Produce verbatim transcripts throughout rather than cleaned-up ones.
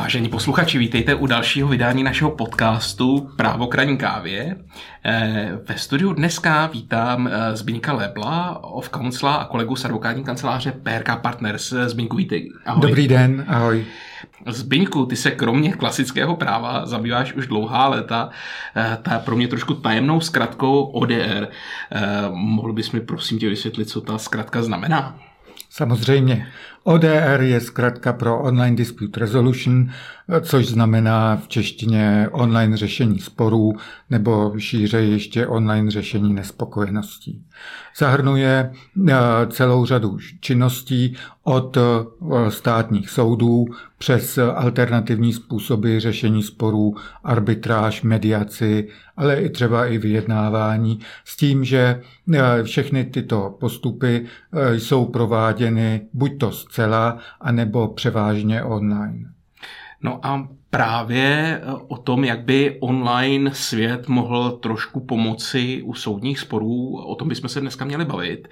Vážení posluchači, vítejte u dalšího vydání našeho podcastu Právo k ranní kávě. Ve studiu dneska vítám Zbyňka Lebla, of counsela a kolegu z advokátní kanceláře P R K Partners. Zbyňku, vítej. Ahoj. Dobrý den, ahoj. Zbyňku, ty se kromě klasického práva zabýváš už dlouhá léta ta pro mě trošku tajemnou zkratkou O D R. Mohl bys mi prosím tě vysvětlit, co ta zkratka znamená? Samozřejmě. O D R je zkratka pro Online Dispute Resolution, což znamená v češtině online řešení sporů nebo šířeji ještě online řešení nespokojeností. Zahrnuje celou řadu činností od státních soudů přes alternativní způsoby řešení sporů, arbitráž, mediaci, ale i třeba i vyjednávání, s tím, že všechny tyto postupy jsou prováděny buď to zcela, anebo převážně online. No a právě o tom, jak by online svět mohl trošku pomoci u soudních sporů, o tom bychom se dneska měli bavit.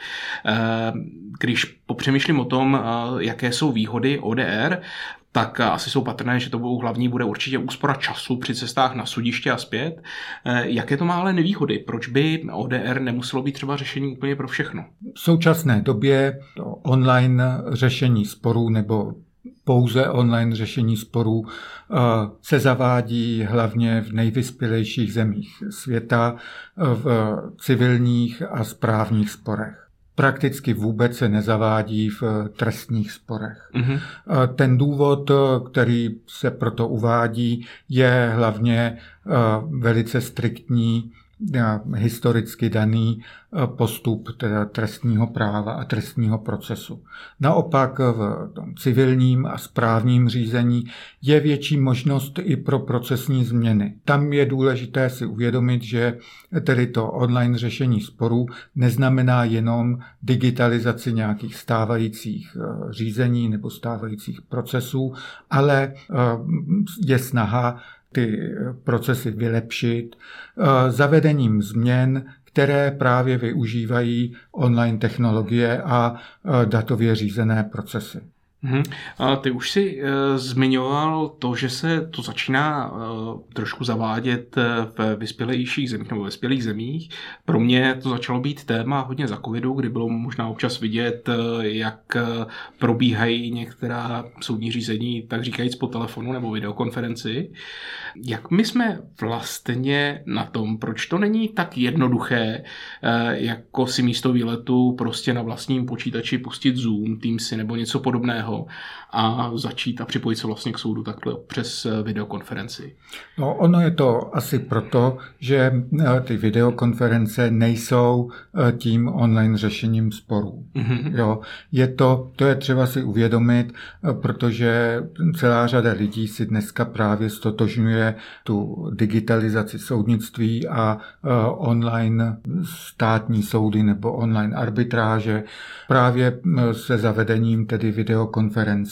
Když popřemýšlím o tom, jaké jsou výhody O D R, tak asi jsou patrné, že to budou hlavní bude určitě úspora času při cestách na sudiště a zpět. Jaké to má ale nevýhody? Proč by O D R nemuselo být třeba řešení úplně pro všechno? V současné době online řešení sporů nebo pouze online řešení sporů se zavádí hlavně v nejvyspělejších zemích světa, v civilních a správních sporech. Prakticky vůbec se nezavádí v trestních sporech. Mm-hmm. Ten důvod, který se proto uvádí, je hlavně velice striktní, historicky daný postup teda trestního práva a trestního procesu. Naopak v tom civilním a správním řízení je větší možnost i pro procesní změny. Tam je důležité si uvědomit, že tedy to online řešení sporů neznamená jenom digitalizaci nějakých stávajících řízení nebo stávajících procesů, ale je snaha ty procesy vylepšit zavedením změn, které právě využívají online technologie a datově řízené procesy. Hmm. A ty už si e, zmiňoval to, že se to začíná e, trošku zavádět v vyspělejších zemích nebo vyspělých zemích. Pro mě to začalo být téma hodně za covidu, kdy bylo možná občas vidět, e, jak probíhají některá soudní řízení, tak říkajíc po telefonu nebo videokonferenci. Jak my jsme vlastně na tom, proč to není tak jednoduché, e, jako si místo výletu prostě na vlastním počítači pustit Zoom, Teamsy nebo něco podobného a začít a připojit se vlastně k soudu takhle přes videokonferenci? No, ono je to asi proto, že ty videokonference nejsou tím online řešením sporů. Mm-hmm. Jo, je to, to je třeba si uvědomit, protože celá řada lidí si dneska právě stotožňuje tu digitalizaci soudnictví a online státní soudy nebo online arbitráže právě se zavedením tedy videokonferencí.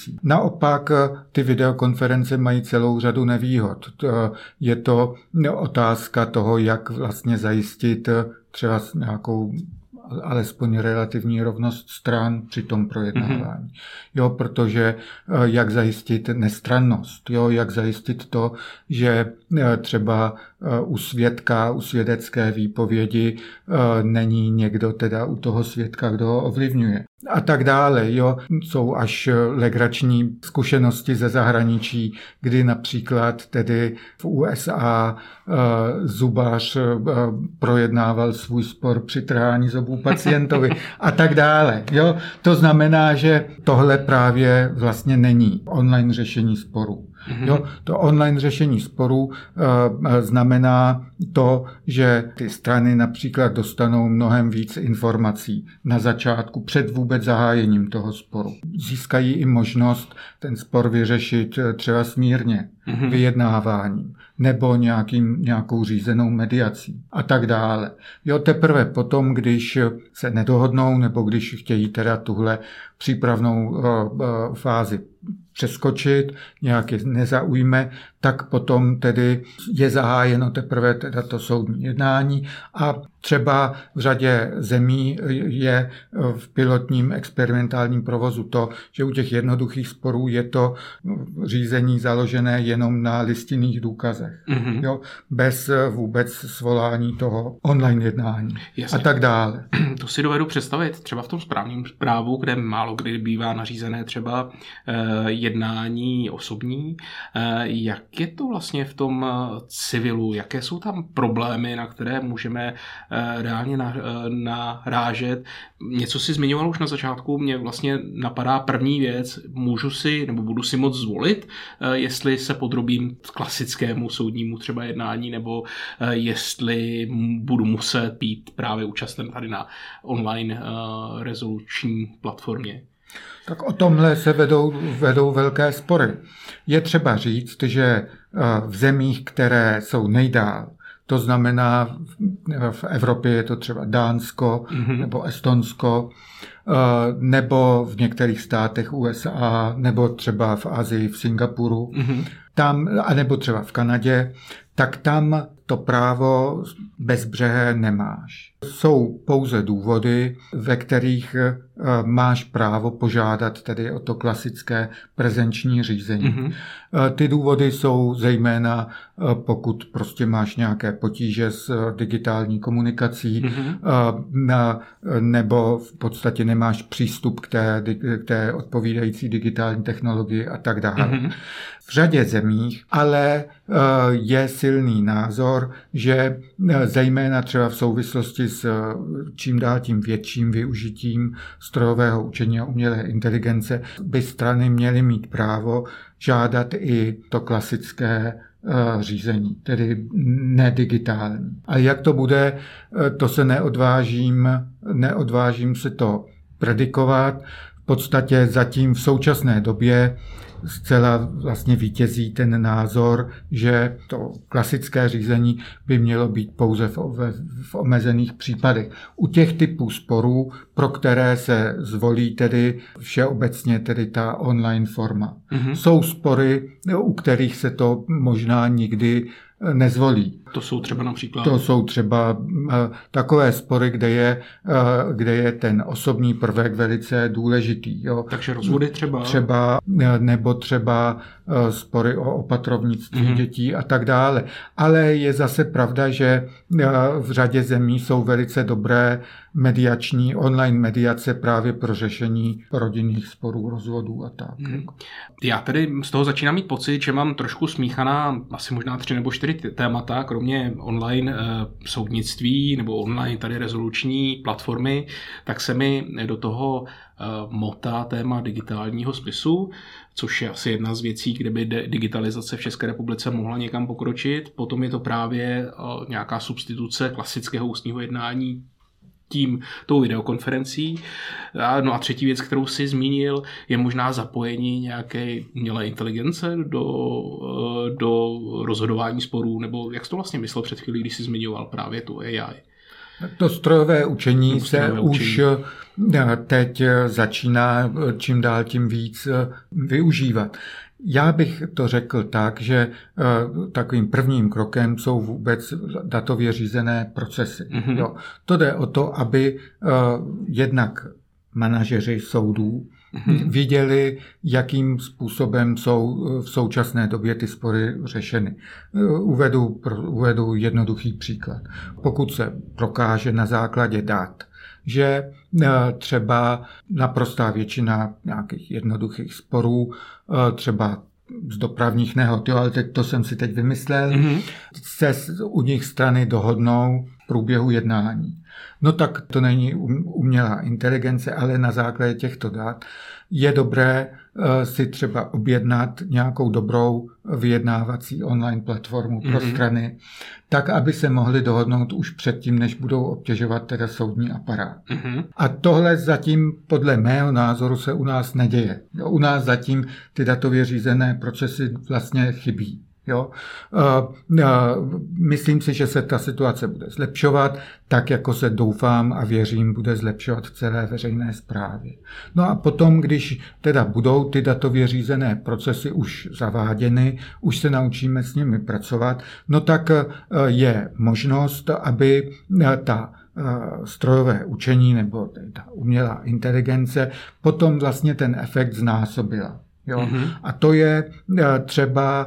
Naopak ty videokonference mají celou řadu nevýhod. Je to otázka toho, jak vlastně zajistit třeba nějakou alespoň relativní rovnost stran při tom projednávání. Mm-hmm. Jo, protože jak zajistit nestrannost, jo, jak zajistit to, že třeba u svědka, u svědecké výpovědi není někdo teda u toho svědka, kdo ho ovlivňuje. A tak dále. Jo. Jsou až legrační zkušenosti ze zahraničí, kdy například tedy v U S A uh, zubař uh, projednával svůj spor při trhání zubů pacientovi a tak dále. Jo. To znamená, že tohle právě vlastně není online řešení sporů. Mm-hmm. Jo, to online řešení sporů uh, znamená to, že ty strany například dostanou mnohem víc informací na začátku před vůbec zahájením toho sporu. Získají i možnost ten spor vyřešit třeba smírně, mm-hmm. vyjednáváním nebo nějakým, nějakou řízenou mediací a tak dále. Jo, teprve potom, když se nedohodnou nebo když chtějí teda tuhle přípravnou uh, uh, fázi přeskočit, nějak je nezaujme, tak potom tedy je zahájeno teprve teda to soudní jednání a třeba v řadě zemí je v pilotním experimentálním provozu to, že u těch jednoduchých sporů je to řízení založené jenom na listinných důkazech. Mm-hmm. Jo, bez vůbec svolání toho online jednání. Jasně. A tak dále. To si dovedu představit třeba v tom správním právu, kde málo kdy bývá nařízené třeba jednání osobní. Jak je to vlastně v tom civilu? Jaké jsou tam problémy, na které můžeme reálně narážet? Něco si zmiňoval už na začátku, mě vlastně napadá první věc, můžu si nebo budu si moc zvolit, jestli se podrobím klasickému soudnímu třeba jednání, nebo jestli budu muset být právě účasten tady na online rezoluční platformě. Tak o tomhle se vedou, vedou velké spory. Je třeba říct, že v zemích, které jsou nejdál, to znamená v Evropě je to třeba Dánsko mm-hmm. nebo Estonsko, nebo v některých státech U S A, nebo třeba v Asii, v Singapuru, mm-hmm. tam, anebo třeba v Kanadě, tak tam to právo bezbřehé nemáš. Jsou pouze důvody, ve kterých máš právo požádat tedy o to klasické prezenční řízení. Mm-hmm. Ty důvody jsou zejména, pokud prostě máš nějaké potíže s digitální komunikací, mm-hmm. nebo v podstatě nemáš přístup k té, k té odpovídající digitální technologii a tak dále. Mm-hmm. V řadě zemích ale je silný názor, že zejména třeba v souvislosti s čím dál tím větším využitím strojového učení a umělé inteligence by strany měly mít právo žádat i to klasické řízení, tedy nedigitální. A jak to bude, to se neodvážím, neodvážím se to predikovat. V podstatě zatím v současné době zcela vlastně vítězí ten názor, že to klasické řízení by mělo být pouze v, v, v omezených případech. U těch typů sporů, pro které se zvolí tedy všeobecně tedy ta online forma. Mm-hmm. Jsou spory, u kterých se to možná nikdy nezvolí. To jsou třeba například? To jsou třeba uh, takové spory, kde je, uh, kde je ten osobní prvek velice důležitý. Jo. Takže rozvody třeba? Třeba, nebo třeba uh, spory o opatrovnictví mm-hmm. dětí a tak dále. Ale je zase pravda, že uh, v řadě zemí jsou velice dobré mediační, online mediace právě pro řešení rodinných sporů, rozvodů a tak. Mm. Já tedy z toho začínám mít pocit, že mám trošku smíchaná asi možná tři nebo čtyři témata, kromě online e, soudnictví nebo online tady rezoluční platformy, tak se mi do toho e, motá téma digitálního spisu, což je asi jedna z věcí, kde by digitalizace v České republice mohla někam pokročit. Potom je to právě e, nějaká substituce klasického ústního jednání tím, tou videokonferencí. No a třetí věc, kterou si zmínil, je možná zapojení nějaké umělé inteligence do, do rozhodování sporů, nebo jak jsi to vlastně myslel před chvílí, když jsi zmiňoval právě tu A I? To strojové učení se strojové už učení. teď začíná čím dál tím víc využívat. Já bych to řekl tak, že uh, takovým prvním krokem jsou vůbec datově řízené procesy. Mm-hmm. Jo. To jde o to, aby uh, jednak manažeři soudů mm-hmm. viděli, jakým způsobem jsou v současné době ty spory řešeny. Uh, uvedu, pro, uvedu jednoduchý příklad. Pokud se prokáže na základě dat, že třeba naprostá většina nějakých jednoduchých sporů, třeba z dopravních nehod, jo, ale teď to jsem si teď vymyslel, mm-hmm. se u nich strany dohodnou v průběhu jednání. No tak to není umělá inteligence, ale na základě těchto dat je dobré si třeba objednat nějakou dobrou vyjednávací online platformu pro mm-hmm. strany, tak, aby se mohli dohodnout už předtím, než budou obtěžovat teda soudní aparát. Mm-hmm. A tohle zatím podle mého názoru se u nás neděje. U nás zatím ty datově řízené procesy vlastně chybí. Jo? Myslím si, že se ta situace bude zlepšovat, tak jako se doufám a věřím, bude zlepšovat v celé veřejné správě. No a potom, když teda budou ty datově řízené procesy už zaváděny, už se naučíme s nimi pracovat, no tak je možnost, aby ta strojové učení nebo ta umělá inteligence potom vlastně ten efekt znásobila. Jo? Mm-hmm. A to je třeba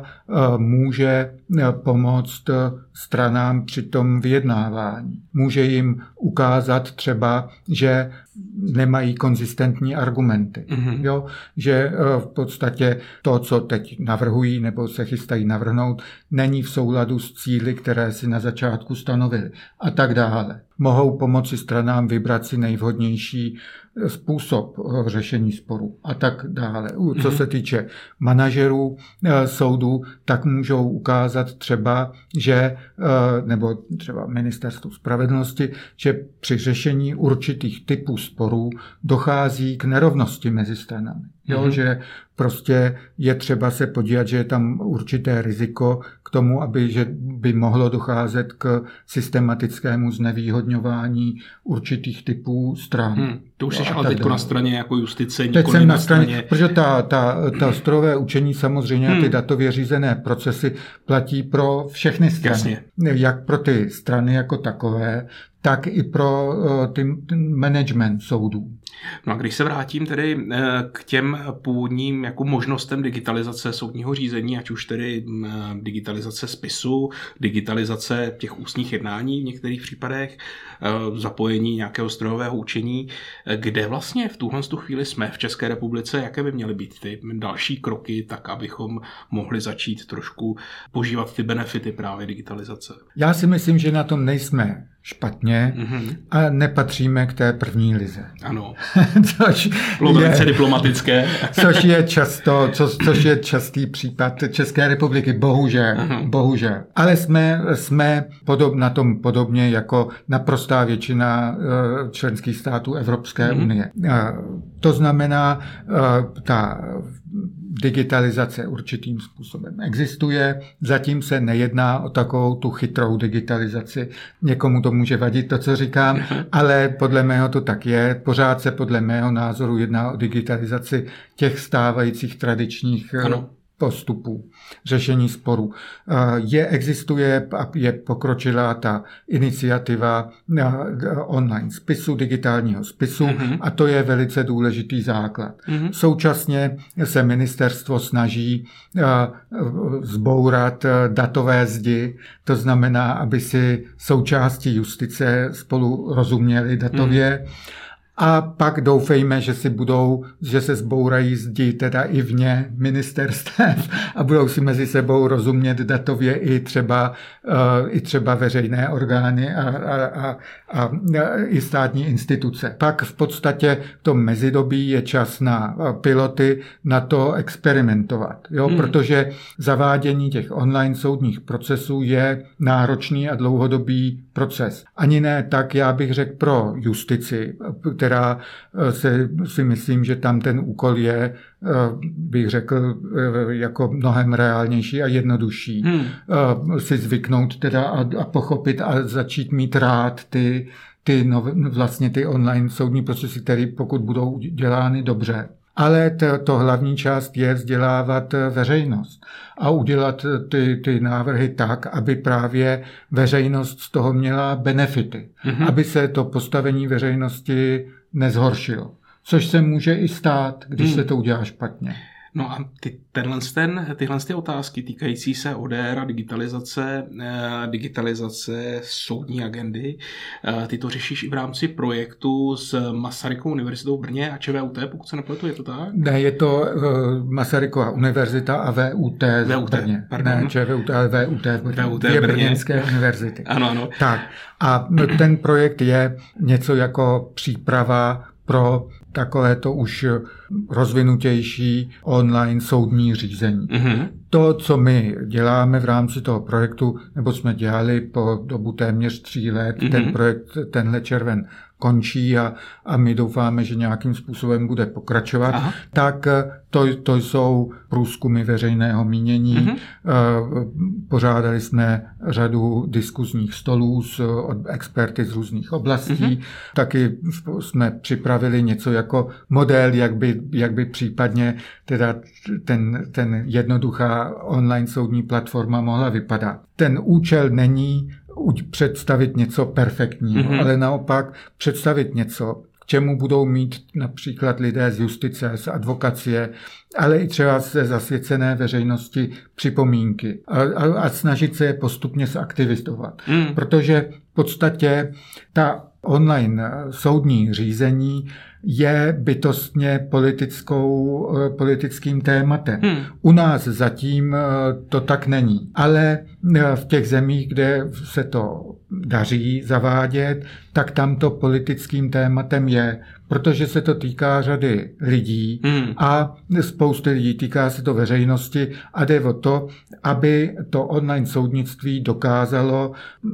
může pomoct stranám při tom vyjednávání. Může jim ukázat třeba, že nemají konzistentní argumenty. Mm-hmm. Jo? Že v podstatě to, co teď navrhují nebo se chystají navrhnout, není v souladu s cíli, které si na začátku stanovili. A tak dále. Mohou pomoci stranám vybrat si nejvhodnější způsob řešení sporu a tak dále. Co se týče manažerů soudů, tak můžou ukázat třeba, že, nebo třeba ministerstvu spravedlnosti, že při řešení určitých typů sporů dochází k nerovnosti mezi stranami. Jo, mm-hmm. Že prostě je třeba se podívat, že je tam určité riziko k tomu, aby že by mohlo docházet k systematickému znevýhodňování určitých typů stran. Hmm, to už jsi ale teď na straně jako justice, teď jsem na straně, straně... Protože ta, ta, ta strojové učení samozřejmě hmm. a ty datově řízené procesy platí pro všechny strany. Jasně. Jak pro ty strany jako takové, tak i pro ty management soudů. No a když se vrátím tedy k těm původním jako možnostem digitalizace soudního řízení, ať už tedy digitalizace spisu, digitalizace těch ústních jednání v některých případech, zapojení nějakého strojového učení, kde vlastně v tuhle chvíli jsme v České republice, jaké by měly být ty další kroky, tak abychom mohli začít trošku požívat ty benefity právě digitalizace? Já si myslím, že na tom nejsme špatně mm-hmm. a nepatříme k té první lize. Ano. což bylo velice diplomatické. což je často, co, což je častý případ České republiky, bohužel. Uh-huh. bohužel. Ale jsme, jsme podob, na tom podobně jako naprostá většina uh, členských států Evropské uh-huh. unie. Uh, to znamená, uh, ta digitalizace určitým způsobem existuje. Zatím se nejedná o takovou tu chytrou digitalizaci. Někomu to může vadit to, co říkám, ale podle mého to tak je. Pořád se podle mého názoru jedná o digitalizaci těch stávajících tradičních ano. postupů řešení sporů. Je, existuje a je pokročilá ta iniciativa online spisu, digitálního spisu mm-hmm. a to je velice důležitý základ. Mm-hmm. Současně se ministerstvo snaží zbourat datové zdi, to znamená, aby si součásti justice spolu rozuměli datově. Mm-hmm. A pak doufejme, že si budou, že se zbourají zdi teda i vně ministerstev a budou si mezi sebou rozumět datově i třeba, uh, i třeba veřejné orgány a, a, a, a i státní instituce. Pak v podstatě v tom mezidobí je čas na piloty, na to experimentovat, jo? Hmm. Protože zavádění těch online soudních procesů je náročný a dlouhodobý proces. Ani ne tak, já bych řekl, pro justici, která se, si myslím, že tam ten úkol je, bych řekl, jako mnohem reálnější a jednodušší. Hmm. Si zvyknout teda a, a pochopit a začít mít rád ty, ty nové, vlastně ty online soudní procesy, které pokud budou dělány dobře. Ale to, to hlavní část je vzdělávat veřejnost a udělat ty, ty návrhy tak, aby právě veřejnost z toho měla benefity. Mm-hmm. Aby se to postavení veřejnosti nezhoršilo. Což se může i stát, když mm. se to udělá špatně. No a ty, tenhle, ten, tyhle ty otázky týkající se O D R a digitalizace, digitalizace soudní agendy, ty to řešíš i v rámci projektu s Masarykovou univerzitou v Brně a ČVUT, pokud se nepletu, je to tak? Ne, je to uh, Masarykova univerzita a VUT v Brně. Pardon. Ne, ČVUT, ale VUT v Brně. VUT Dvě brněnské univerzity. Ano, ano. Tak. A ten projekt je něco jako příprava pro takovéto už rozvinutější online soudní řízení. Mm-hmm. To, co my děláme v rámci toho projektu, nebo jsme dělali po dobu téměř tří let, mm-hmm. ten projekt tenhle červen končí a, a my doufáme, že nějakým způsobem bude pokračovat, Aha. tak to, to jsou průzkumy veřejného mínění. Mm-hmm. Pořádali jsme řadu diskuzních stolů s od experty z různých oblastí. Mm-hmm. Taky jsme připravili něco jako model, jak by, jak by případně teda ten, ten jednoduchá online soudní platforma mohla vypadat. Ten účel není představit něco perfektního, mm-hmm. ale naopak představit něco, k čemu budou mít například lidé z justice, z advokacie, ale i třeba ze zasvěcené veřejnosti připomínky a, a, a snažit se je postupně zaktivizovat. Mm. Protože v podstatě ta online soudní řízení je bytostně politickou, politickým tématem. Hmm. U nás zatím to tak není. Ale v těch zemích, kde se to daří zavádět, tak tam to politickým tématem je, protože se to týká řady lidí hmm. a spousty lidí, týká se to veřejnosti a jde o to, aby to online soudnictví dokázalo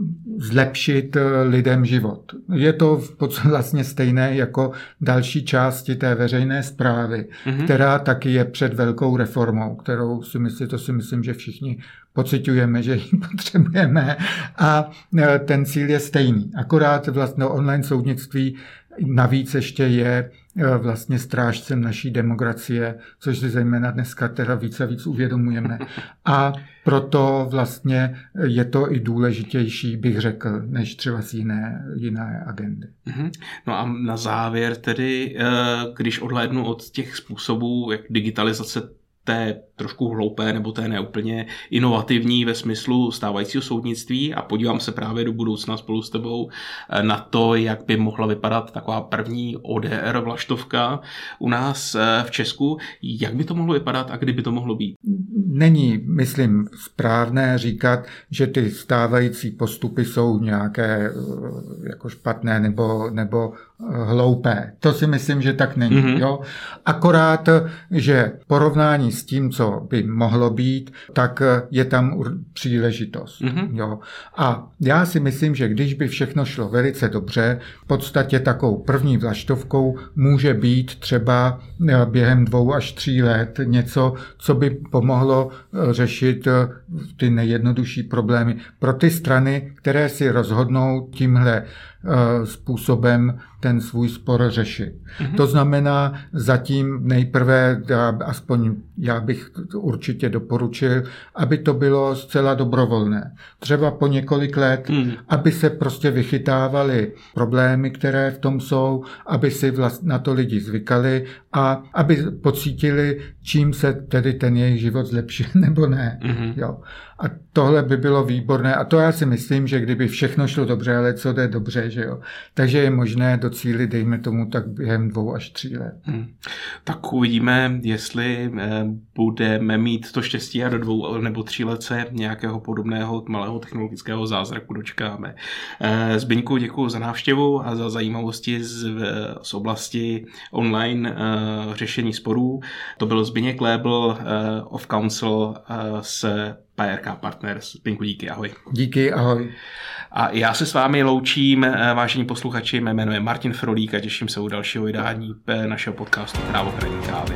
zlepšit lidem život. Je to vlastně stejné jako další části té veřejné správy, hmm. která taky je před velkou reformou, kterou si myslím, to si myslím, že všichni pociťujeme, že ji potřebujeme a ten cíl je stejný. Akorát vlastně online soudnictví navíc ještě je vlastně strážcem naší demokracie, což si zejména dneska teda víc a víc uvědomujeme. A proto vlastně je to i důležitější, bych řekl, než třeba z jiné, jiné agendy. No a na závěr tedy, když odhlédnu od těch způsobů, jak digitalizace té trošku hloupé nebo té neúplně inovativní ve smyslu stávajícího soudnictví a podívám se právě do budoucna spolu s tebou na to, jak by mohla vypadat taková první O D R vlaštovka u nás v Česku. Jak by to mohlo vypadat a kdy by to mohlo být? Není, myslím, správné říkat, že ty stávající postupy jsou nějaké jako špatné nebo, nebo hloupé. To si myslím, že tak není. Mm-hmm. Jo? Akorát, že porovnání s tím, co by mohlo být, tak je tam příležitost. Mm-hmm. Jo? A já si myslím, že když by všechno šlo velice dobře, v podstatě takovou první vlaštovkou může být třeba během dvou až tří let něco, co by pomohlo řešit ty nejjednodušší problémy pro ty strany, které si rozhodnou tímhle způsobem ten svůj spor řešit. Mm-hmm. To znamená, zatím nejprve, aspoň já bych určitě doporučil, aby to bylo zcela dobrovolné. Třeba po několik let, mm. aby se prostě vychytávaly problémy, které v tom jsou, aby si vlast, na to lidi zvykali a aby pocítili, čím se tedy ten jejich život zlepší nebo ne. Mm-hmm. Jo. A tohle by bylo výborné. A to já si myslím, že kdyby všechno šlo dobře, ale co jde dobře, že jo. Takže je možné docílit, dejme tomu, tak během dvou až tří let. Hmm. Tak uvidíme, jestli budeme mít to štěstí a do dvou nebo tří let se nějakého podobného malého technologického zázraku dočkáme. Zbyňku, děkuji za návštěvu a za zajímavosti z, z oblasti online uh, řešení sporů. To byl Zbyněk Lébl uh, of Counsel uh, s P R K Partners. Zbyňku, díky, ahoj. Díky, ahoj. A já se s vámi loučím, vážení posluchači, mé jméno je Martin Frolík a těším se u dalšího vydání našeho podcastu Právo k ranní kávě.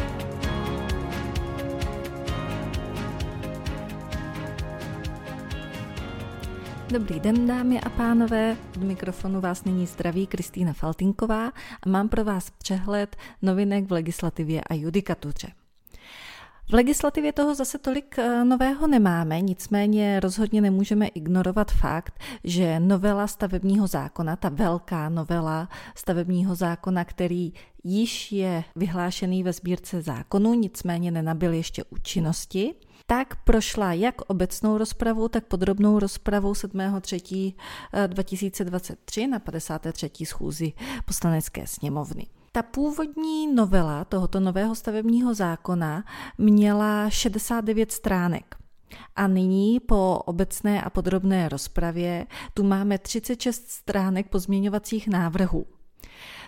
Dobrý den, dámy a pánové, od mikrofonu vás nyní zdraví Kristýna Faltýnková a mám pro vás přehled novinek v legislativě a judikatuře. V legislativě toho zase tolik nového nemáme, nicméně rozhodně nemůžeme ignorovat fakt, že novela stavebního zákona, ta velká novela stavebního zákona, který již je vyhlášený ve sbírce zákonů, nicméně nenabyl ještě účinnosti, tak prošla jak obecnou rozpravu, tak podrobnou rozpravu sedmého třetího dva tisíce dvacet tři na padesáté třetí schůzi Poslanecké sněmovny. Ta původní novela tohoto nového stavebního zákona měla šedesát devět stránek. A nyní po obecné a podrobné rozpravě tu máme třicet šest stránek pozměňovacích návrhů.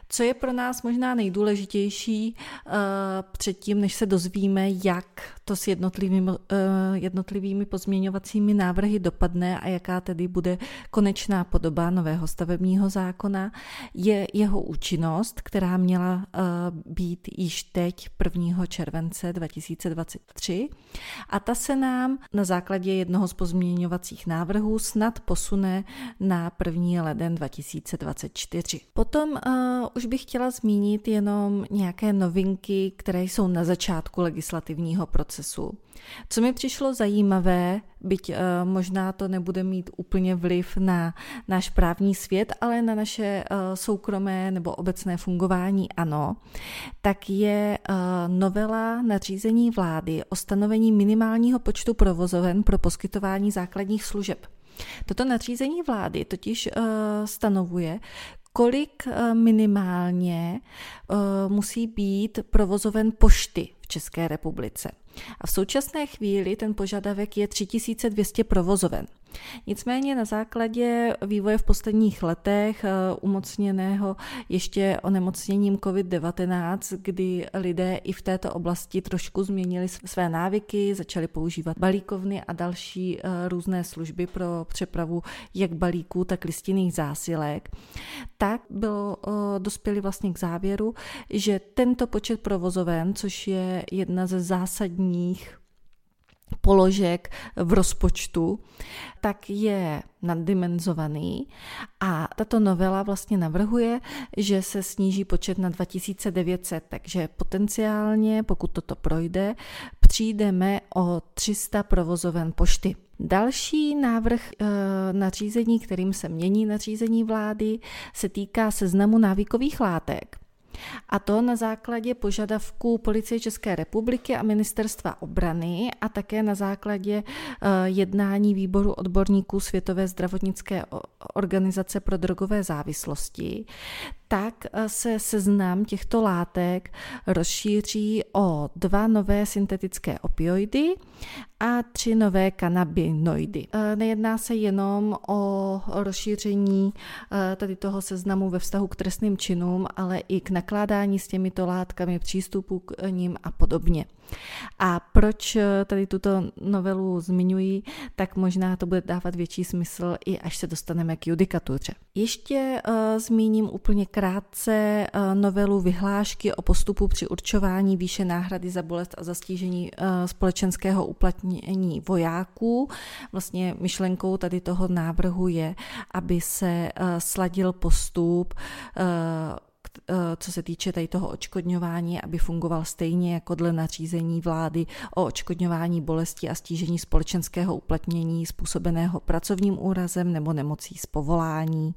Co je pro nás možná nejdůležitější uh, předtím, než se dozvíme, jak to s jednotlivými, uh, jednotlivými pozměňovacími návrhy dopadne a jaká tedy bude konečná podoba nového stavebního zákona, je jeho účinnost, která měla uh, být již teď prvního července dva tisíce dvacet tři a ta se nám na základě jednoho z pozměňovacích návrhů snad posune na první leden dva tisíce dvacet čtyři. Potom uh, už bych chtěla zmínit jenom nějaké novinky, které jsou na začátku legislativního procesu. Co mi přišlo zajímavé, byť uh, možná to nebude mít úplně vliv na náš právní svět, ale na naše uh, soukromé nebo obecné fungování ano, tak je uh, novela nařízení vlády o stanovení minimálního počtu provozoven pro poskytování základních služeb. Toto nařízení vlády totiž uh, stanovuje, kolik uh, minimálně uh, musí být provozoven pošty v České republice. A v současné chvíli ten požadavek je tři tisíce dvě stě provozoven. Nicméně na základě vývoje v posledních letech umocněného ještě onemocněním covid devatenáct, kdy lidé i v této oblasti trošku změnili své návyky, začali používat balíkovny a další různé služby pro přepravu jak balíků, tak listinných zásilek, tak bylo, dospěli vlastně k závěru, že tento počet provozoven, což je jedna ze zásadních položek v rozpočtu, tak je naddimenzovaný a tato novela vlastně navrhuje, že se sníží počet na dva tisíce devět set, takže potenciálně, pokud toto projde, přijdeme o tři sta provozoven pošty. Další návrh e, nařízení, kterým se mění nařízení vlády, se týká seznamu návykových látek. A to na základě požadavků Policie České republiky a Ministerstva obrany a také na základě jednání výboru odborníků Světové zdravotnické organizace pro drogové závislosti. Tak se seznam těchto látek rozšíří o dva nové syntetické opioidy a tři nové kanabinoidy. Nejedná se jenom o rozšíření tady toho seznamu ve vztahu k trestným činům, ale i k nakládání s těmito látkami, přístupu k nim a podobně. A proč tady tuto novelu zmiňuji, tak možná to bude dávat větší smysl i až se dostaneme k judikatuře. Ještě uh, zmíním úplně krátce uh, novelu vyhlášky o postupu při určování výše náhrady za bolest a za stížení uh, společenského uplatnění vojáků. Vlastně myšlenkou tady toho návrhu je, aby se uh, sladil postup uh, co se týče tady toho odškodňování, aby fungoval stejně jako dle nařízení vlády o odškodňování bolesti a stížení společenského uplatnění způsobeného pracovním úrazem nebo nemocí z povolání.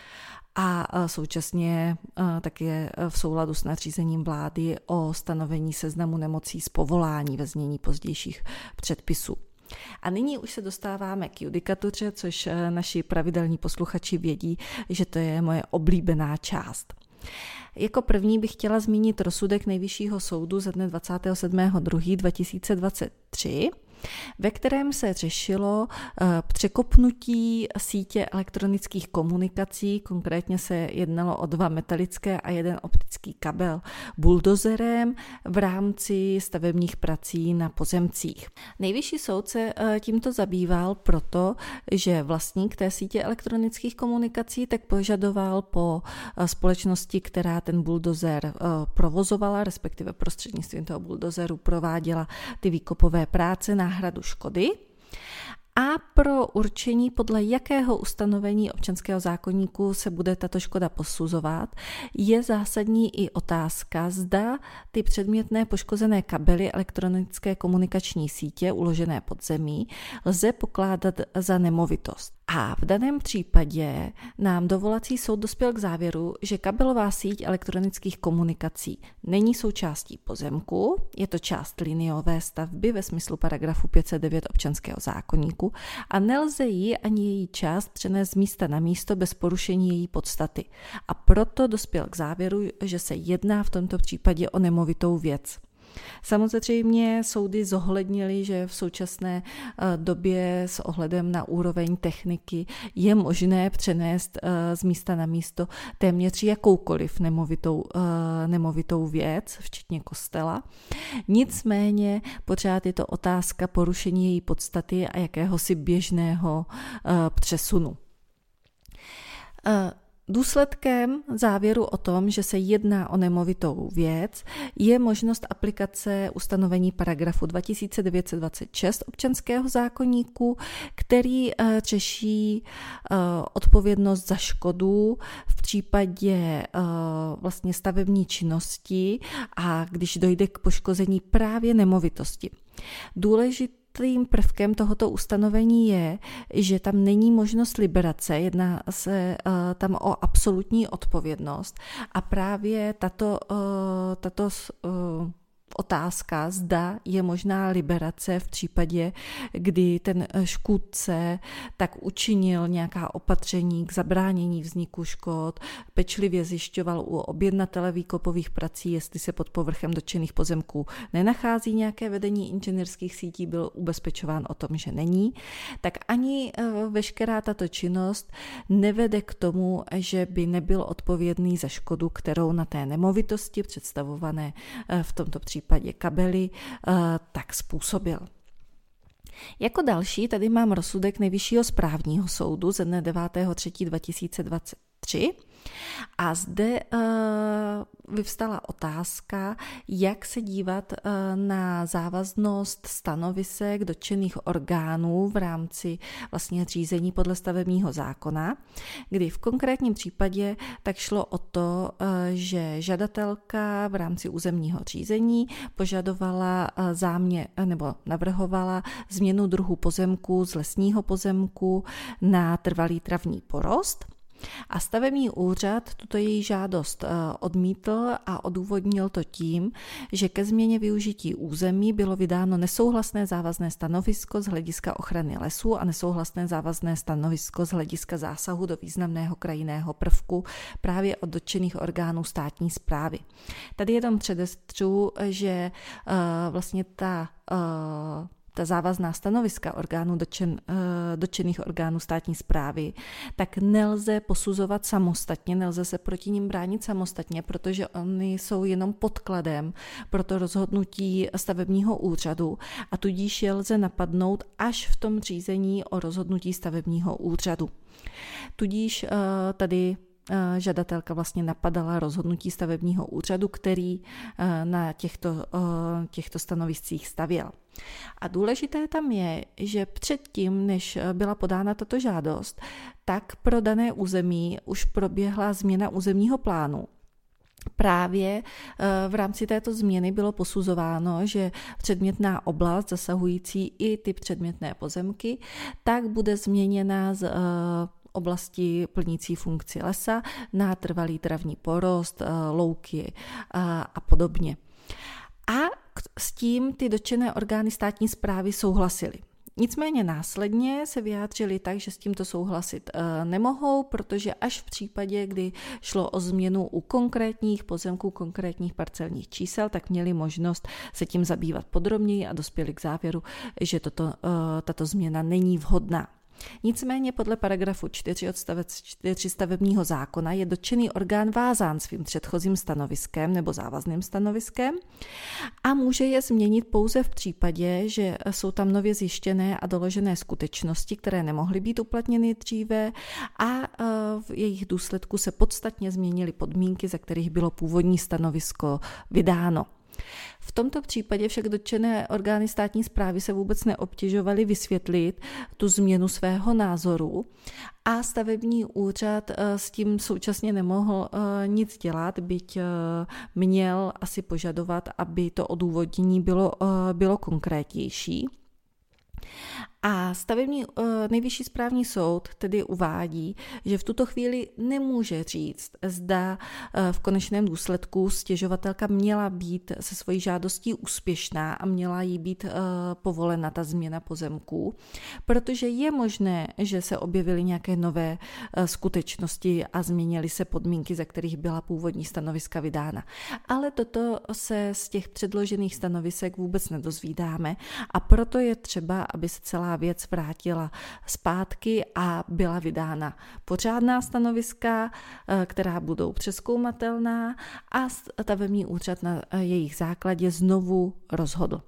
A současně také v souladu s nařízením vlády o stanovení seznamu nemocí z povolání ve znění pozdějších předpisů. A nyní už se dostáváme k judikatuře, což naši pravidelní posluchači vědí, že to je moje oblíbená část. Jako první bych chtěla zmínit rozsudek Nejvyššího soudu ze dne dvacátého sedmého druhého dva tisíce dvacet tři, ve kterém se řešilo překopnutí sítě elektronických komunikací, konkrétně se jednalo o dva metalické a jeden optický kabel buldozerem v rámci stavebních prací na pozemcích. Nejvyšší soud se tímto zabýval proto, že vlastník té sítě elektronických komunikací tak požadoval po společnosti, která ten buldozer provozovala, respektive prostřednictvím toho buldozeru prováděla ty výkopové práce na náhradu škody a pro určení, podle jakého ustanovení občanského zákoníku se bude tato škoda posuzovat, je zásadní i otázka, zda ty předmětné poškozené kabely elektronické komunikační sítě uložené pod zemí lze pokládat za nemovitost. A v daném případě nám dovolací soud dospěl k závěru, že kabelová síť elektronických komunikací není součástí pozemku, je to část liniové stavby ve smyslu paragrafu pět set devět občanského zákoníku a nelze ji ani její část přenést z místa na místo bez porušení její podstaty. A proto dospěl k závěru, že se jedná v tomto případě o nemovitou věc. Samozřejmě soudy zohlednily, že v současné době s ohledem na úroveň techniky je možné přenést z místa na místo téměř jakoukoliv nemovitou, nemovitou věc, včetně kostela. Nicméně pořád je to otázka porušení její podstaty a jakéhosi běžného přesunu. Důsledkem závěru o tom, že se jedná o nemovitou věc, je možnost aplikace ustanovení paragrafu dva tisíce devět set dvacet šest občanského zákoníku, který řeší odpovědnost za škodu v případě vlastně stavební činnosti a když dojde k poškození právě nemovitosti. Důležité Tím prvkem tohoto ustanovení je, že tam není možnost liberace, jedná se uh, tam o absolutní odpovědnost a právě tato, uh, tato uh, otázka, zda je možná liberace v případě, kdy ten škůdce tak učinil nějaká opatření k zabránění vzniku škod, pečlivě zjišťoval u objednatele výkopových prací, jestli se pod povrchem dotčených pozemků nenachází nějaké vedení inženýrských sítí, byl ubezpečován o tom, že není, tak ani veškerá tato činnost nevede k tomu, že by nebyl odpovědný za škodu, kterou na té nemovitosti představované v tomto případě případě kabely, tak způsobil. Jako další tady mám rozsudek Nejvyššího správního soudu ze dne devátého třetího dva tisíce dvacet tři a zde uh, vyvstala otázka, jak se dívat uh, na závaznost stanovisek dotčených orgánů v rámci vlastně řízení podle stavebního zákona, kdy v konkrétním případě tak šlo o to, uh, že žadatelka v rámci územního řízení požadovala uh, záměr nebo navrhovala změnu druhu pozemku z lesního pozemku na trvalý travní porost. A stavební úřad tuto její žádost odmítl a odůvodnil to tím, že ke změně využití území bylo vydáno nesouhlasné závazné stanovisko z hlediska ochrany lesů a nesouhlasné závazné stanovisko z hlediska zásahu do významného krajinného prvku právě od dotčených orgánů státní správy. Tady jenom předestřu, že vlastně ta ta závazná stanoviska orgánů dotčen, dotčených orgánů státní správy, tak nelze posuzovat samostatně, nelze se proti nim bránit samostatně, protože oni jsou jenom podkladem pro to rozhodnutí stavebního úřadu a tudíž je lze napadnout až v tom řízení o rozhodnutí stavebního úřadu. Tudíž tady žadatelka vlastně napadala rozhodnutí stavebního úřadu, který na těchto, těchto stanoviscích stavěl. A důležité tam je, že předtím, než byla podána tato žádost, tak pro dané území už proběhla změna územního plánu. Právě v rámci této změny bylo posuzováno, že předmětná oblast zasahující i ty předmětné pozemky, tak bude změněna z oblasti plnící funkci lesa na trvalý travní porost, louky a podobně. A s tím ty dotčené orgány státní správy souhlasily. Nicméně následně se vyjádřili tak, že s tímto souhlasit nemohou, protože až v případě, kdy šlo o změnu u konkrétních pozemků, konkrétních parcelních čísel, tak měli možnost se tím zabývat podrobněji a dospěli k závěru, že toto, tato změna není vhodná. Nicméně podle paragrafu čtyři odstavec čtyři stavebního zákona je dotčený orgán vázán svým předchozím stanoviskem nebo závazným stanoviskem a může je změnit pouze v případě, že jsou tam nově zjištěné a doložené skutečnosti, které nemohly být uplatněny dříve a v jejich důsledku se podstatně změnily podmínky, za kterých bylo původní stanovisko vydáno. V tomto případě však dotčené orgány státní správy se vůbec neobtěžovaly vysvětlit tu změnu svého názoru a stavební úřad s tím současně nemohl nic dělat, byť měl asi požadovat, aby to odůvodnění bylo, bylo konkrétnější. A stavební nejvyšší správní soud tedy uvádí, že v tuto chvíli nemůže říct, zda v konečném důsledku stěžovatelka měla být se svojí žádostí úspěšná a měla jí být povolena ta změna pozemků, protože je možné, že se objevily nějaké nové skutečnosti a změnily se podmínky, za kterých byla původní stanoviska vydána. Ale toto se z těch předložených stanovisek vůbec nedozvídáme a proto je třeba, aby se celá věc vrátila zpátky a byla vydána pořádná stanoviska, která budou přezkoumatelná a stavební úřad na jejich základě znovu rozhodl.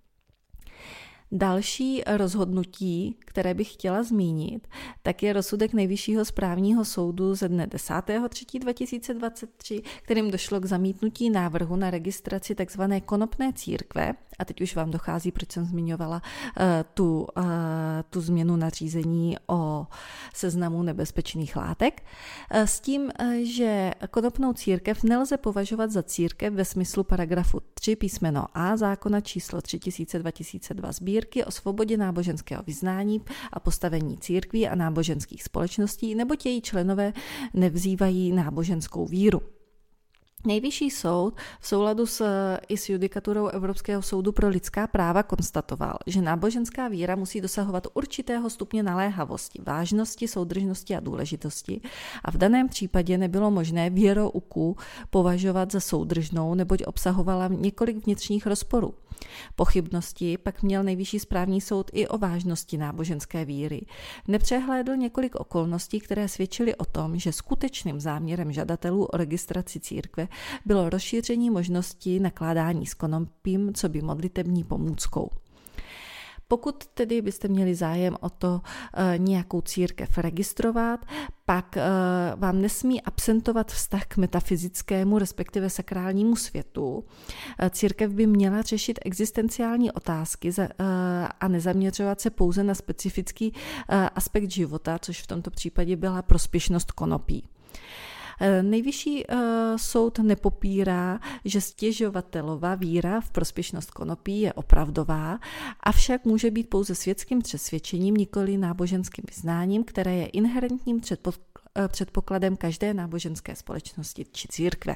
Další rozhodnutí, které bych chtěla zmínit, tak je rozsudek Nejvyššího správního soudu ze dne desátého třetího dva tisíce dvacet tři, kterým došlo k zamítnutí návrhu na registraci tzv. Konopné církve. A teď už vám dochází, proč jsem zmiňovala uh, tu, uh, tu změnu nařízení o seznamu nebezpečných látek. Uh, s tím, uh, že konopnou církev nelze považovat za církev ve smyslu paragrafu tři písmeno A zákona číslo tři tisíce dva tisíce dva sbírky o svobodě náboženského vyznání a postavení církví a náboženských společností, neboť její členové nevzývají náboženskou víru. Nejvyšší soud v souladu s, i s judikaturou Evropského soudu pro lidská práva konstatoval, že náboženská víra musí dosahovat určitého stupně naléhavosti, vážnosti, soudržnosti a důležitosti a v daném případě nebylo možné věrouku považovat za soudržnou, neboť obsahovala několik vnitřních rozporů. Pochybnosti pak měl Nejvyšší správní soud i o vážnosti náboženské víry. Nepřehlédl několik okolností, které svědčily o tom, že skutečným záměrem žadatelů o registraci církve bylo rozšíření možnosti nakládání s konopím coby modlitební pomůckou. Pokud tedy byste měli zájem o to e, nějakou církev registrovat, pak e, vám nesmí absentovat vztah k metafyzickému, respektive sakrálnímu světu. E, církev by měla řešit existenciální otázky za, e, a nezaměřovat se pouze na specifický e, aspekt života, což v tomto případě byla prospěšnost konopí. Nejvyšší uh, soud nepopírá, že stěžovatelova víra v prospěšnost konopí je opravdová, avšak může být pouze světským přesvědčením, nikoli náboženským vyznáním, které je inherentním předpokladem každé náboženské společnosti či církve.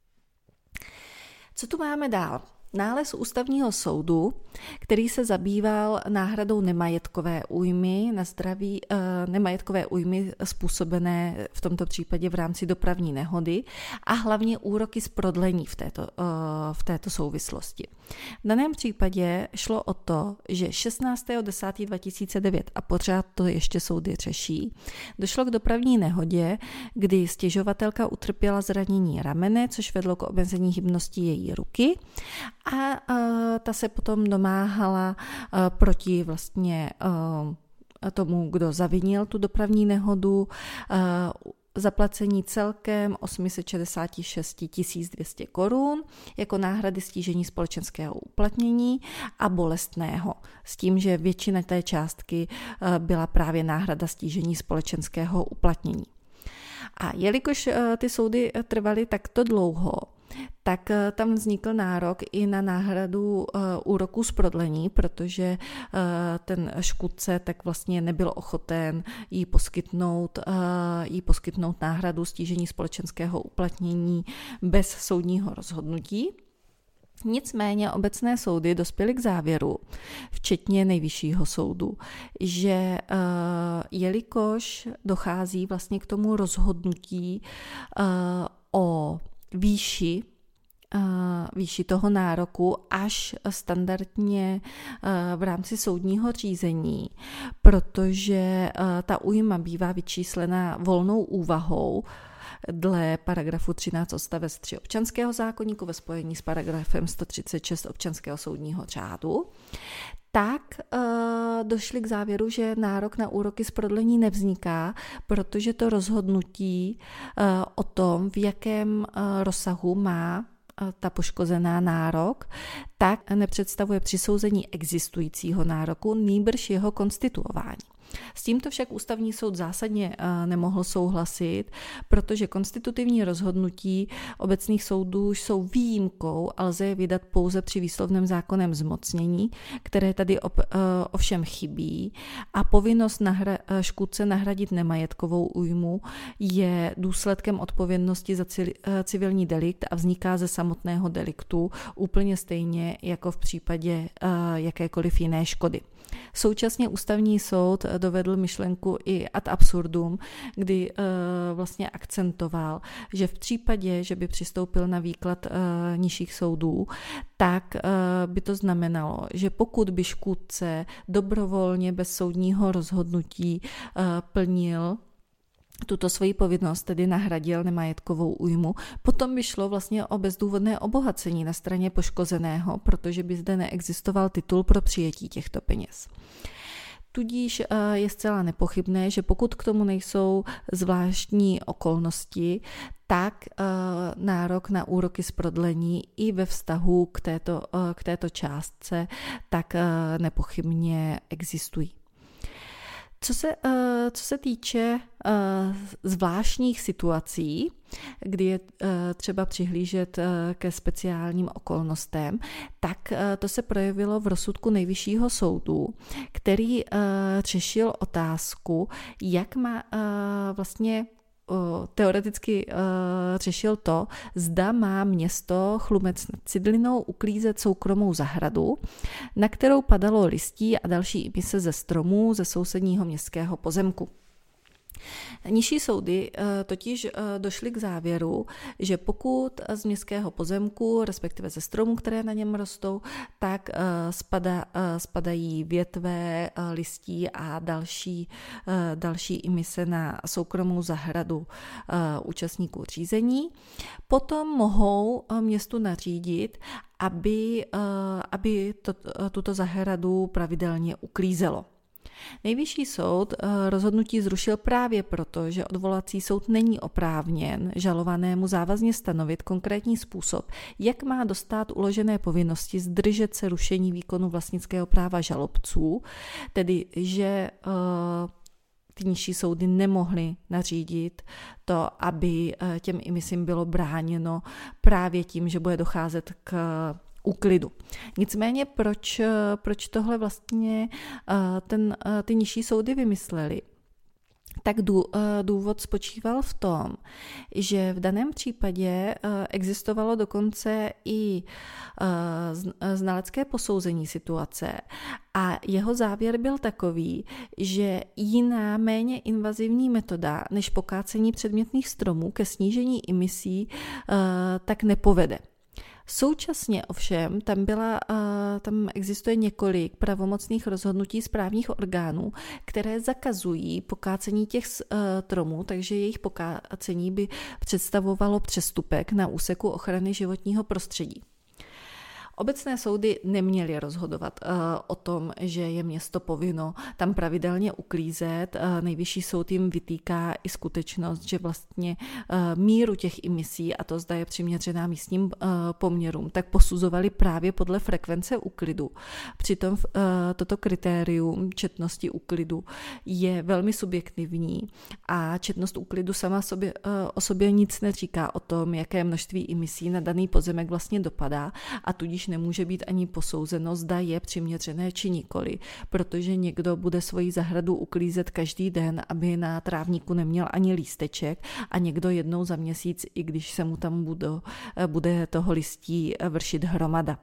Co tu máme dál? Nález Ústavního soudu, který se zabýval náhradou nemajetkové újmy na zdraví, nemajetkové újmy způsobené v tomto případě v rámci dopravní nehody a hlavně úroky z prodlení v této, v této souvislosti. V daném případě šlo o to, že šestnáctého desátého dva tisíce devět, a pořád to ještě soudy řeší, došlo k dopravní nehodě, kdy stěžovatelka utrpěla zranění ramene, což vedlo k omezení hybnosti její ruky. A uh, ta se potom domáhala uh, proti vlastně uh, tomu, kdo zavinil tu dopravní nehodu, uh, zaplacení celkem osm set šedesát šest tisíc dvě stě korun jako náhrady stížení společenského uplatnění a bolestného. S tím, že většina té částky uh, byla právě náhrada stížení společenského uplatnění. A jelikož uh, ty soudy trvaly takto dlouho, tak tam vznikl nárok i na náhradu uh, úroků z prodlení, protože uh, ten škůdce tak vlastně nebyl ochoten jí poskytnout, uh, jí poskytnout náhradu stížení společenského uplatnění bez soudního rozhodnutí. Nicméně obecné soudy dospěly k závěru, včetně Nejvyššího soudu, že uh, jelikož dochází vlastně k tomu rozhodnutí uh, o výši, uh, výši toho nároku až standardně uh, v rámci soudního řízení, protože uh, ta újma bývá vyčíslena volnou úvahou dle paragrafu třináct odstavec tři občanského zákoníku ve spojení s paragrafem sto třicet šest občanského soudního řádu, tak uh, došli k závěru, že nárok na úroky z prodlení nevzniká, protože to rozhodnutí uh, o tom, v jakém uh, rozsahu má uh, ta poškozená nárok, tak nepředstavuje přisouzení existujícího nároku, nýbrž jeho konstituování. S tímto však ústavní soud zásadně nemohl souhlasit, protože konstitutivní rozhodnutí obecných soudů jsou výjimkou a lze je vydat pouze při výslovném zákonném zmocnění, které tady ovšem chybí, a povinnost nahra- škůdce nahradit nemajetkovou újmu je důsledkem odpovědnosti za civilní delikt a vzniká ze samotného deliktu úplně stejně jako v případě jakékoliv jiné škody. Současně ústavní soud dovedl myšlenku i ad absurdum, kdy uh, vlastně akcentoval, že v případě, že by přistoupil na výklad uh, nižších soudů, tak uh, by to znamenalo, že pokud by škůdce dobrovolně bez soudního rozhodnutí uh, plnil tuto svoji povinnost, tedy nahradil nemajetkovou újmu, potom by šlo vlastně o bezdůvodné obohacení na straně poškozeného, protože by zde neexistoval titul pro přijetí těchto peněz. Tudíž je zcela nepochybné, že pokud k tomu nejsou zvláštní okolnosti, tak nárok na úroky z prodlení i ve vztahu k této, k této částce tak nepochybně existují. Co se, co se týče zvláštních situací, kdy je třeba přihlížet ke speciálním okolnostem, tak to se projevilo v rozsudku Nejvyššího soudu, který řešil otázku, jak má vlastně teoreticky uh, řešil to, zda má město Chlumec nad Cidlinou uklízet soukromou zahradu, na kterou padalo listí a další imise ze stromů ze sousedního městského pozemku. Nižší soudy totiž došly k závěru, že pokud z městského pozemku, respektive ze stromů, které na něm rostou, tak spada, spadají větve, listí a další, další imise na soukromou zahradu účastníků řízení, potom mohou městu nařídit, aby, aby to, tuto zahradu pravidelně uklízelo. Nejvyšší soud rozhodnutí zrušil právě proto, že odvolací soud není oprávněn žalovanému závazně stanovit konkrétní způsob, jak má dostát uložené povinnosti zdržet se rušení výkonu vlastnického práva žalobců, tedy že ty nižší soudy nemohly nařídit to, aby těm imisím bylo bráněno právě tím, že bude docházet k úklidu. Nicméně proč, proč tohle vlastně ten, ty nižší soudy vymysleli? Tak důvod spočíval v tom, že v daném případě existovalo dokonce i znalecké posouzení situace a jeho závěr byl takový, že jiná méně invazivní metoda než pokácení předmětných stromů ke snížení imisí tak nepovede. Současně ovšem tam, byla, tam existuje několik pravomocných rozhodnutí správních orgánů, které zakazují pokácení těch stromů, takže jejich pokácení by představovalo přestupek na úseku ochrany životního prostředí. Obecné soudy neměly rozhodovat uh, o tom, že je město povinno tam pravidelně uklízet. Uh, Nejvyšší soud jim vytýká i skutečnost, že vlastně uh, míru těch imisí, a to zda je přiměřená místním uh, poměrům, tak posuzovali právě podle frekvence úklidu. Přitom uh, toto kritérium četnosti úklidu je velmi subjektivní a četnost úklidu sama sobě, uh, o sobě nic neříká o tom, jaké množství imisí na daný pozemek vlastně dopadá, a tudíž nemůže být ani posouzeno, zda je přiměřené či nikoli, protože někdo bude svoji zahradu uklízet každý den, aby na trávníku neměl ani lísteček, a někdo jednou za měsíc, i když se mu tam bude, bude toho listí vršit hromada.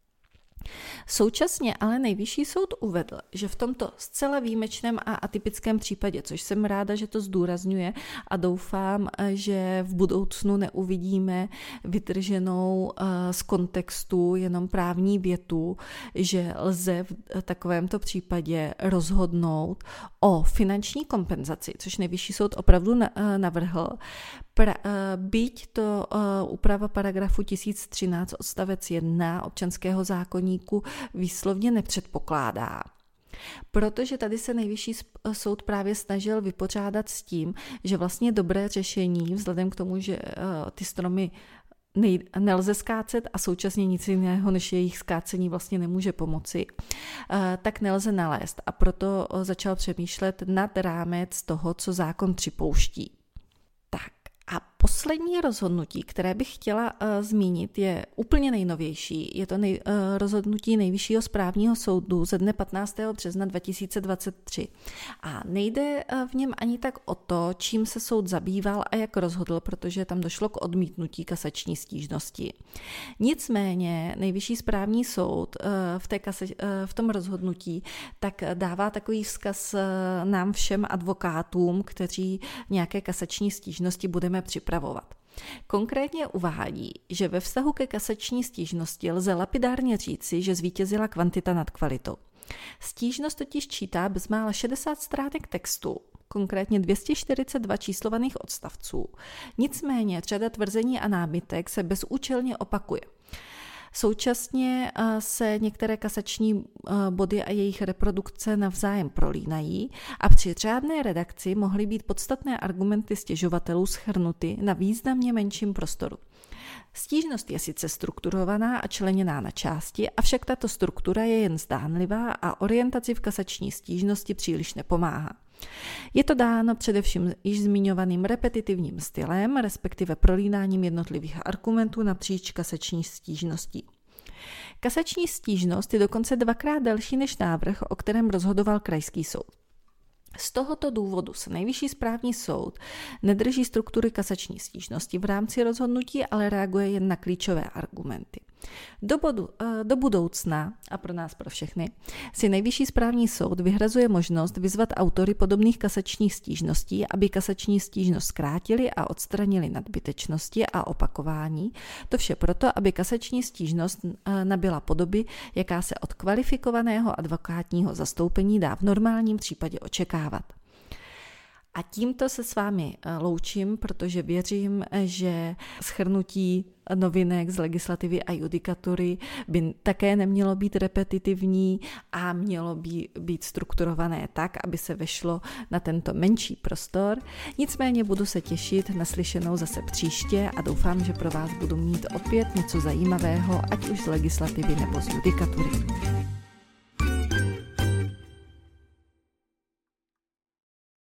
Současně ale Nejvyšší soud uvedl, že v tomto zcela výjimečném a atypickém případě, což jsem ráda, že to zdůrazňuje, a doufám, že v budoucnu neuvidíme vytrženou z kontextu jenom právní větu, že lze v takovémto případě rozhodnout o finanční kompenzaci, což Nejvyšší soud opravdu navrhl. Pra, byť to uh, úprava paragrafu tisíc třináct odstavec jedna občanského zákoníku výslovně nepředpokládá. Protože tady se Nejvyšší soud právě snažil vypořádat s tím, že vlastně dobré řešení, vzhledem k tomu, že uh, ty stromy nej, nelze skácet a současně nic jiného, než jejich skácení vlastně nemůže pomoci, tak nelze nalézt. A proto začal přemýšlet nad rámec toho, co zákon připouští. Tak a poslední rozhodnutí, které bych chtěla uh, zmínit, je úplně nejnovější. Je to nej, uh, rozhodnutí Nejvyššího správního soudu ze dne patnáctého března dva tisíce dvacet tři. A nejde uh, v něm ani tak o to, čím se soud zabýval a jak rozhodl, protože tam došlo k odmítnutí kasační stížnosti. Nicméně Nejvyšší správní soud uh, v, té kase, uh, v tom rozhodnutí tak dává takový vzkaz uh, nám všem advokátům, kteří nějaké kasační stížnosti budeme připravovat. Konkrétně uvádí, že ve vztahu ke kasační stížnosti lze lapidárně říci, že zvítězila kvantita nad kvalitou. Stížnost totiž čítá bezmála šedesát stránek textu, konkrétně dvě stě čtyřicet dva číslovaných odstavců. Nicméně řada tvrzení a námitek se bezúčelně opakuje. Současně se některé kasační body a jejich reprodukce navzájem prolínají a při řádné redakci mohly být podstatné argumenty stěžovatelů shrnuty na významně menším prostoru. Stížnost je sice strukturovaná a členěná na části, avšak tato struktura je jen zdánlivá a orientaci v kasační stížnosti příliš nepomáhá. Je to dáno především již zmiňovaným repetitivním stylem, respektive prolínáním jednotlivých argumentů napříč kasační stížností. Kasační stížnost je dokonce dvakrát delší než návrh, o kterém rozhodoval krajský soud. Z tohoto důvodu se Nejvyšší správní soud nedrží struktury kasační stížnosti v rámci rozhodnutí, ale reaguje jen na klíčové argumenty. Do, bodu, do budoucna, a pro nás pro všechny, si Nejvyšší správní soud vyhrazuje možnost vyzvat autory podobných kasačních stížností, aby kasační stížnost zkrátili a odstranili nadbytečnosti a opakování. To vše proto, aby kasační stížnost nabyla podoby, jaká se od kvalifikovaného advokátního zastoupení dá v normálním případě očekávat. A tímto se s vámi loučím, protože věřím, že shrnutí novinek z legislativy a judikatury by také nemělo být repetitivní a mělo by být strukturované tak, aby se vešlo na tento menší prostor. Nicméně budu se těšit na slyšenou zase příště a doufám, že pro vás budu mít opět něco zajímavého, ať už z legislativy nebo z judikatury.